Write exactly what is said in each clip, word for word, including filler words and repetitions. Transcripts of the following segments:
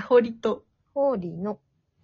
堀と、 ホーリーの、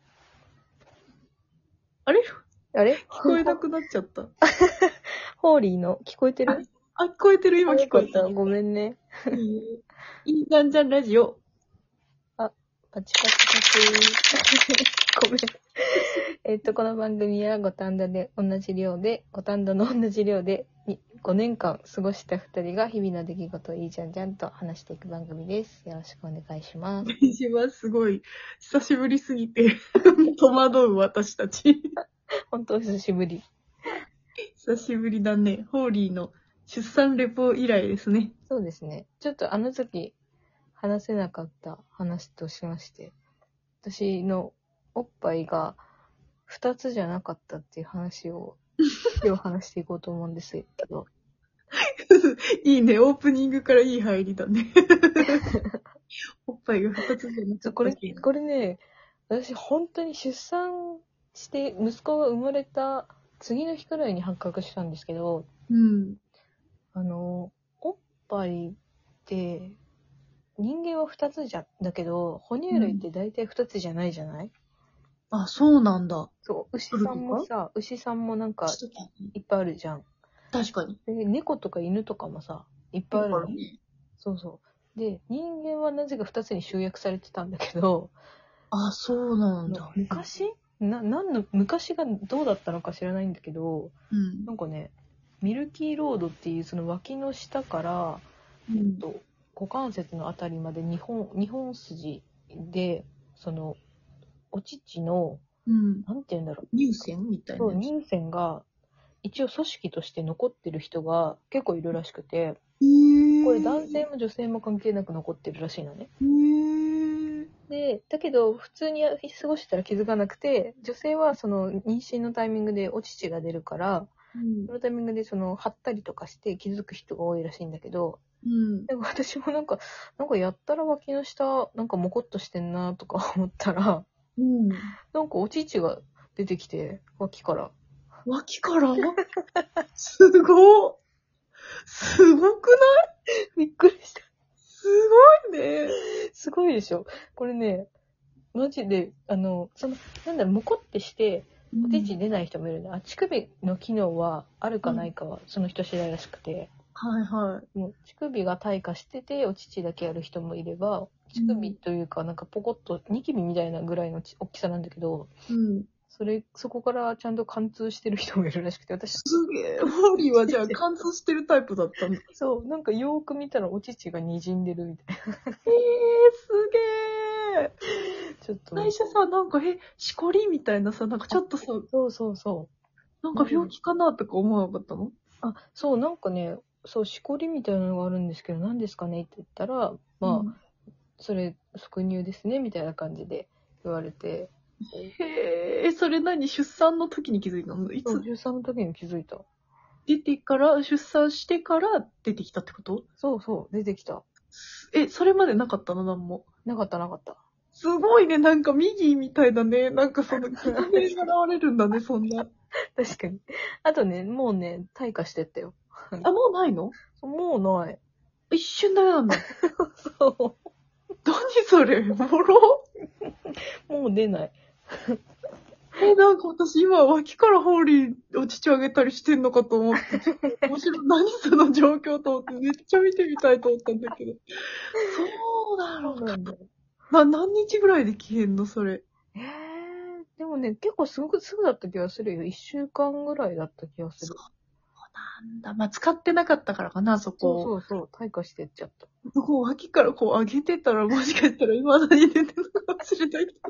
あれあれ聞こえなくなっちゃった。 ホーリーの、聞こえてる？ あ、聞こえてる、今あ、よ聞こえた。 かった。ごめんね。 いいよいいじゃんじゃんラジオ。 あ、パチパチパチ。ごめん。えっと、この番組は五反田で同じ寮で、五反田の同じ寮でにごねんかん過ごしたふたりが日々の出来事をいいじゃんじゃんと話していく番組です。よろしくお願いしまおす。 願いします。すごい。久しぶりすぎて、戸惑う私たち。 本当久しぶり。 久しぶりだね。ホーリーの出産レポ以来ですね。 そうですね。ちょっとあの時話せなかった話としまして、私のおっぱいがふたつじゃなかったっていう話を今日話していこうと思うんですけど。 いいね。オープニングからいい入りだね。おっぱいがふたつじゃなかったこれ、 っけ。 これね、私本当に出産して息子が生まれた次の日くらいに発覚したんですけど、 うん。 あの、おっぱいって人間はふたつじゃ、だけど、哺乳類って大体ふたつじゃないじゃない？ あ、そうなんだ。 そう、牛さん来るとかもさ、牛さんもなんかしとったねいっぱいあるじゃん。 確かに。 で、猫とか犬とかもさ、いっぱいあるの。 ね。 そうそう。で、人間はなぜかふたつに集約されてたんだけど、 あ、そうなんだ。 昔な、なんの、昔がどうだったのか知らないんだけど、 うんなんかね、ミルキーロードっていうその脇の下から、 うんと股関節のあたりまでにほん、にほん筋で、その、お乳の、 うん。 なんて言うんだろう。 乳腺みたいそう、 なやつ。 乳腺が、一応組織として残ってる人が結構いるらしくて、 へー。 これ男性も女性も関係なく残ってるらしいのね。 へー。 で、だけど普通に過ごしてたら気づかなくて、女性はその妊娠のタイミングでお乳が出るから、 うんそのタイミングでその張ったりとかして気づく人が多いらしいんだけど、 うんでも私もなんか、なんかやったら脇の下、なんかモコっとしてんなとか思ったら、 うんなんかお乳が出てきて、脇から。 脇からすごっすごくないびっくりした。 すごいね。 すごいでしょ。これね、マジで、あの、その、なんだろう、モコってして、お乳出ない人もいるね。あ、乳首の機能はあるかないかは、その人次第らしくて、 はいはもう乳首が退化してて、お乳だけやる人もいれば、乳首というか、なんかポコッと、ニキビみたいなぐらいのち大きさなんだけど、 い。うん。 それ、そこからちゃんと貫通してる人もいるらしくて、私、 すげえ。ホーリーはじゃあ貫通してるタイプだったんだ。 そう、なんかよーく見たらお乳が滲んでるみたいな。 えー、すげえ。 ちょっと、 最初さ、なんか、え、しこりみたいなさ、なんかちょっとさ、 そうそうそう。 なんか病気かなとか思わなかったのあ、そう、なんかね、そう、しこりみたいなのがあるんですけど、何ですかねって言ったら、まあ、それ、副乳ですね、みたいな感じで言われて、 へえ、それ何出産の時に気づいたのいそう、 つじゅうさんの時に気づいた。 出てから、出産してから出てきたってことそうそう、出てきた。 え、それまでなかったのなんも。 なかったなかった。 すごいね、なんかミギーみたいだね。なんかその、気の目が現れるんだね、そんな。 確かに。あとね、もうね、退化してったよ。 あ、もうないのもうない。 一瞬ダメなんだ。 そ何それボロう。もう出ない。 え、なんか私今脇からホーリーお乳あげたりしてんのかと思って、面白い。何その状況と思ってめっちゃ見てみたいと思ったんだけど。そうだろうか。 そうなんだよ。 な、何日ぐらいで消えんのそれ。 えー、でもね、結構すぐ、すぐだった気がするよ。一週間ぐらいだった気がする。 なんだ。まあ、使ってなかったからかな、そこ。 そうそうそう、退化してっちゃった。 そこ脇からこう上げてたら、もしかしたら今だに出てるかもしれないけど。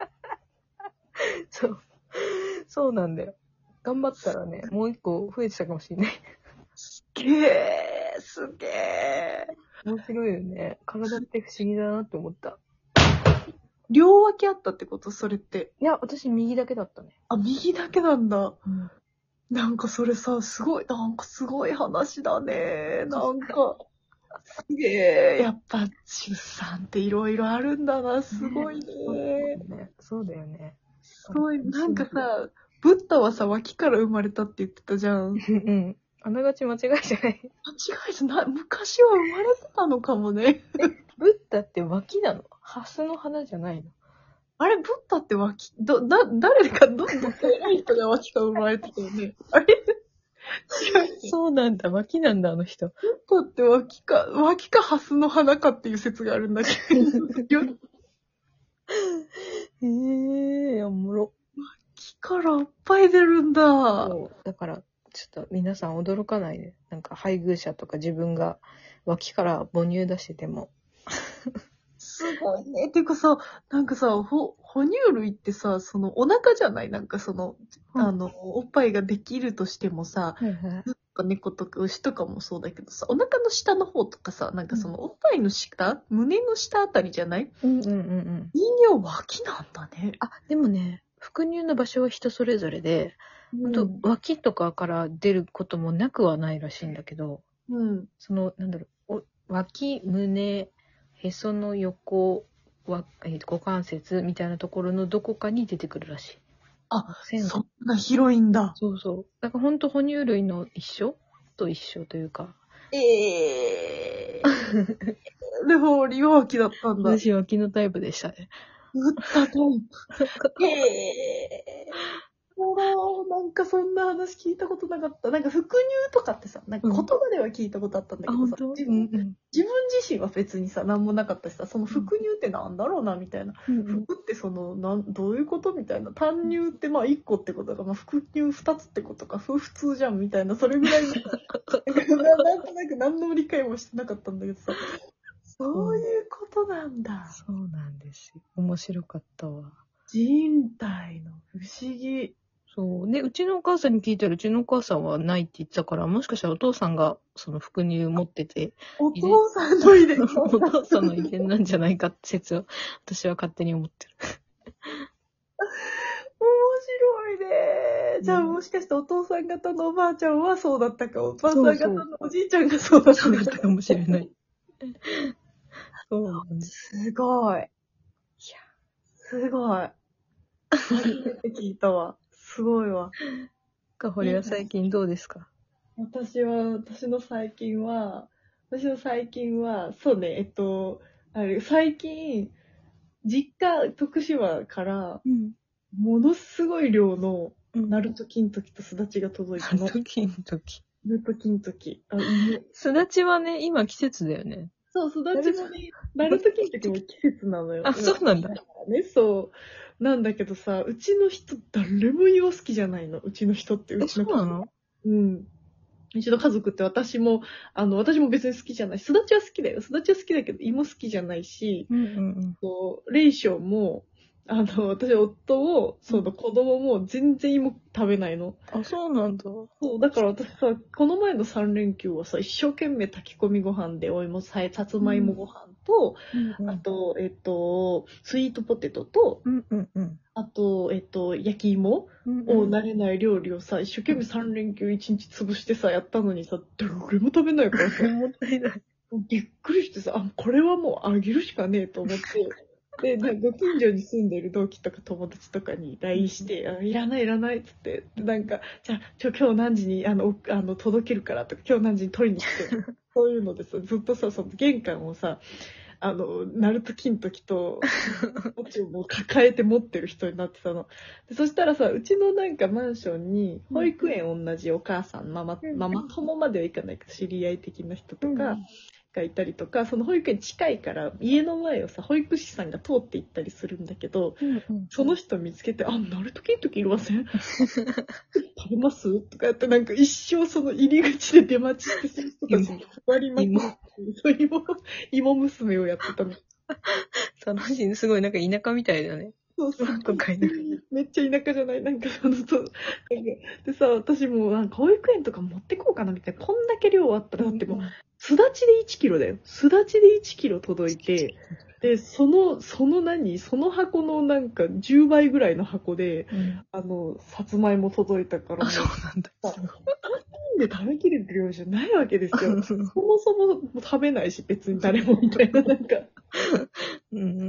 そう。そうなんだよ。頑張ったらね、もう一個増えてたかもしれない。 すげえ、すげえ。 面白いよね。体って不思議だなって思った。 両脇あったってことそれって。 いや、私右だけだったね。 あ、右だけなんだ。 うん。 なんかそれさ、すごい、なんかすごい話だね。なんか、すげえ。やっぱ出産っていろいろあるんだな。すごいね。 ね、そうだよね。 すごい。なんかさ、ブッダはさ、脇から生まれたって言ってたじゃん。 うん。あながち間違いじゃない。 間違いじゃない。昔は生まれてたのかもね。 ブッダって脇なの？ハスの花じゃないの？ あれ、ブッダって脇、ど、だ、誰か、ど、どっか偉い人が脇から生まれてたよね。あれ違う。 そうなんだ、脇なんだ、あの人。 ブッダって脇か、脇かハスの花かっていう説があるんだけど。 へえー、おもろ。 脇からおっぱい出るんだ。 そう。だから、ちょっと皆さん驚かないで。なんか配偶者とか自分が脇から母乳出してても。 すごいね。ていうかさ、なんかさ、ほ、哺乳類ってさ、そのお腹じゃないなんかその、あの、おっぱいができるとしてもさ、 はいはい。 犬とか猫とか牛とかもそうだけどさ、お腹の下の方とかさ、なんかそのおっぱいの下、胸の下あたりじゃない？ うんうんうんうん。 人形脇なんだね。 あ、でもね、腹乳の場所は人それぞれで、ほんと、脇とかから出ることもなくはないらしいんだけど、 うん。 その、なんだろう、お脇、胸、へその横、わえーと股関節みたいなところのどこかに出てくるらしい。 あ、 線そんな広いんだ。 そうそう。だからほんと哺乳類の一緒と一緒というか。 ええー。でも、リワ脇だったんだ。 私脇のタイプでしたね。 打ったタイプ。へえー。ほら、なんかそんな話聞いたことなかった。なんか腹乳とかってさ、なんか言葉では聞いたことあったんだあ、 けどさ、 ほんと自分、 うんうん。 自分自身は別にさ、なんもなかったしさ、その腹乳ってなんだろうな、みたいな。 うんうん腹ってその、なん、どういうことみたいな。単乳ってまあいっこってことか、まあ腹乳ふたつってことか、ふ普通じゃん、みたいな。それぐらいの、なんかななんとなく何の理解もしてなかったんだけどさ、そういうことなんだ。 そうなんですよ。面白かったわ。 人体の不思議。 そう。で、うちのお母さんに聞いたら、うちのお母さんはないって言ってたから、もしかしたらお父さんがその腹乳持ってて、 お父さんの遺伝お父さんの遺伝なんじゃないかって説を、私は勝手に思ってる。 面白いね。じゃあもしかしてお父さん方のおばあちゃんはそうだったか、おばあさん方のおじいちゃんがそうだったそうだったかもしれない。そうなんです。 すごい。いや、すごい。初めて聞いたわ。すごいわ。 かほりは最近どうですか？ 私は、私の最近は、私の最近は、そうね、えっと、あれ、最近、実家、徳島から、 うん。 ものすごい量の、 うん。 ナルト金時とすだちが届いたの。 時の時。 ナルト金時。あ、犬。 すだちはね、今季節だよね。 そう、すだちもね、ナルト金時も季節なのよ。 あ、そうなんだ。 ね、そう。なんだけどさ、うちの人誰も芋好きじゃないの。うちの人って、うえ、 ちのそうなの？ うん。うちの家族って私も、あの、私も別に好きじゃない。すだちは好きだよ。すだちは好きだけど、芋好きじゃないし、 うんうんうん。 こうレイションも、あの、私、夫も、その子供も全然芋食べないの。 あ、そうなんだ。 そう、だから私さ、この前のさん連休はさ、一生懸命炊き込みご飯で、お芋さえ、さつまいもご飯と、 うんあと、えっと、スイートポテトと、 うんうんうん。 あと、えっと、焼き芋うんを慣れない料理をさ、一生懸命さん連休いちにち潰してさ、やったのにさ、誰も食べないからさ、 もったいない。 びっくりしてさ、あ、これはもうあげるしかねえと思って、で、なんかご近所に住んでる同期とか友達とかに ライン して、あいらないいらないっつって、でなんか、じゃあ、ちょ、今日何時に、あの、おあの、届けるからとか、今日何時に取りに来て、そういうのでさ、ずっとさ、その玄関をさ、あの、ナルト金時と、ポチをもう抱えて持ってる人になってたの。でそしたらさ、うちのなんかマンションに、保育園同じお母さん、ママ、ママ友まではいかないけど、知り合い的な人とかがいたりとか、その保育園近いから、家の前をさ、保育士さんが通って行ったりするんだけど、 うんうん。 その人見つけて、あ、ナルト金時いりません食べますとかやって、なんか一生その入り口で出待ちして、その人たちに配りまくるっていう、そういう芋、芋娘をやってたの。 楽しい。すごい、なんか田舎みたいだね。 そうそう。 とか田舎。 めっちゃ田舎じゃないなんかその、そう。なんかでさ、私もなんか保育園とか持ってこうかなみたいな。こんだけ量あったら、だってもう、すだちでいちキロだよ。すだちでいちキロ届いて、で、その、その何その箱のなんかじゅうばいぐらいの箱で、 うん、 あの、さつまいも届いたから、 あ、そうなんだ。 さで食べきれる量じゃないわけですよ。そもそも食べないし、別に誰もみたいな、なんか、 うんうんうん。 一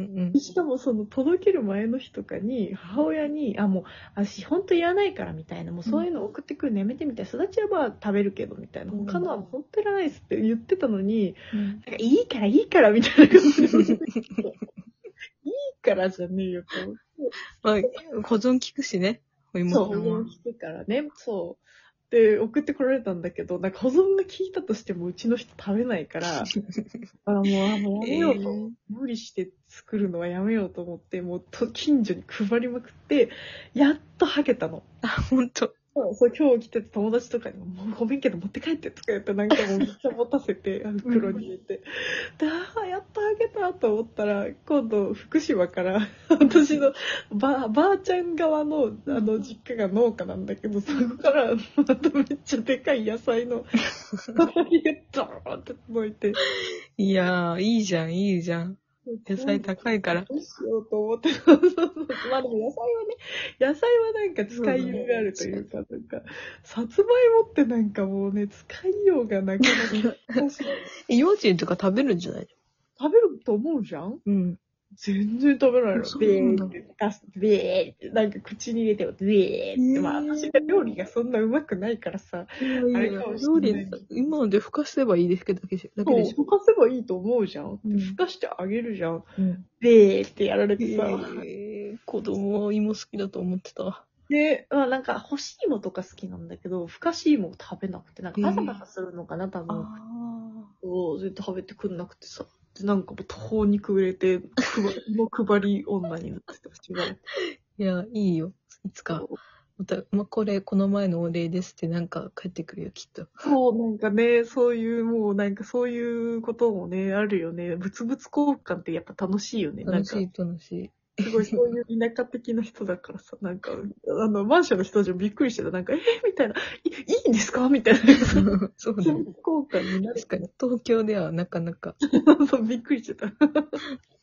しかもその届ける前の日とかに、母親に、あ、もう、私ほんといらないからみたいな、もうそういうの送ってくるのやめてみたいな、育ちはまあ食べるけどみたいな、 うん他のはほんといらないですって言ってたのに、 うんなんかいいからいいからみたいな感じで、いいからじゃねえよと思って。 まあ、保存効くしね。お芋そう、 さんは保存。効くからね。そう。で、送ってこられたんだけど、なんか保存が効いたとしてもうちの人食べないから、あもう、あもうやめようと、 えー無理して作るのはやめようと思って、もうと近所に配りまくって、やっとはけたの。 あ、ほんと。 そうそう、今日来てた友達とかにも、もうごめんけど持って帰ってとか言って、なんかもうめっちゃ持たせて、あの袋に入れて。で、ああ、やっとあげたと思ったら、今度福島から私のばばあちゃん側のあの実家が農家なんだけど、そこからまためっちゃでかい野菜の塊がドーンって届いて。 いやー、いいじゃん、いいじゃん。野菜高いから。 どうしようと思って。そうそうそうまあでも野菜はね、野菜はなんか使いようがあるというか、なんか、さつまいもってなんかもうね、使いようがなかなか難しい。 え幼稚園とか食べるんじゃない食べると思うじゃんうん。 全然食べないの。 そうベなんだーって出す、ベーって、なんか口に入れても、ベーって、まあ私が料理がそんなうまくないからさ、 いやいやあれかもし料れない理、今のでふかせばいいですけど、だけでだけそう、 でしょ。 ふかせばいいと思うじゃん。 うんふかしてあげるじゃん。 うん。 ベーってやられてさ。 えー、子供は芋好きだと思ってた。 で、まあなんか干し芋とか好きなんだけど、ふかし芋を食べなくて、なんかバサバサするのかな、多分。 あそう、全然食べてくんなくてさ。で、なんかもう途方に暮れて、配り、芋配り女になってたしばらく。 いや、いいよ。いつか。また、ま、これ、この前のお礼ですってなんか帰ってくるよ、きっと。 そう、なんかね、そういう、もうなんかそういうこともね、あるよね。物々交換ってやっぱ楽しいよね。 楽しい、 なんか、 楽しい。 すごいそういう田舎的な人だからさ、なんか、あの、マンションの人たちもびっくりしてた。なんか、えー、みたいな、いいいんですかみたいな。 そうだ交ね。 換になる確かに、東京ではなかなか。 そう、びっくりしてた。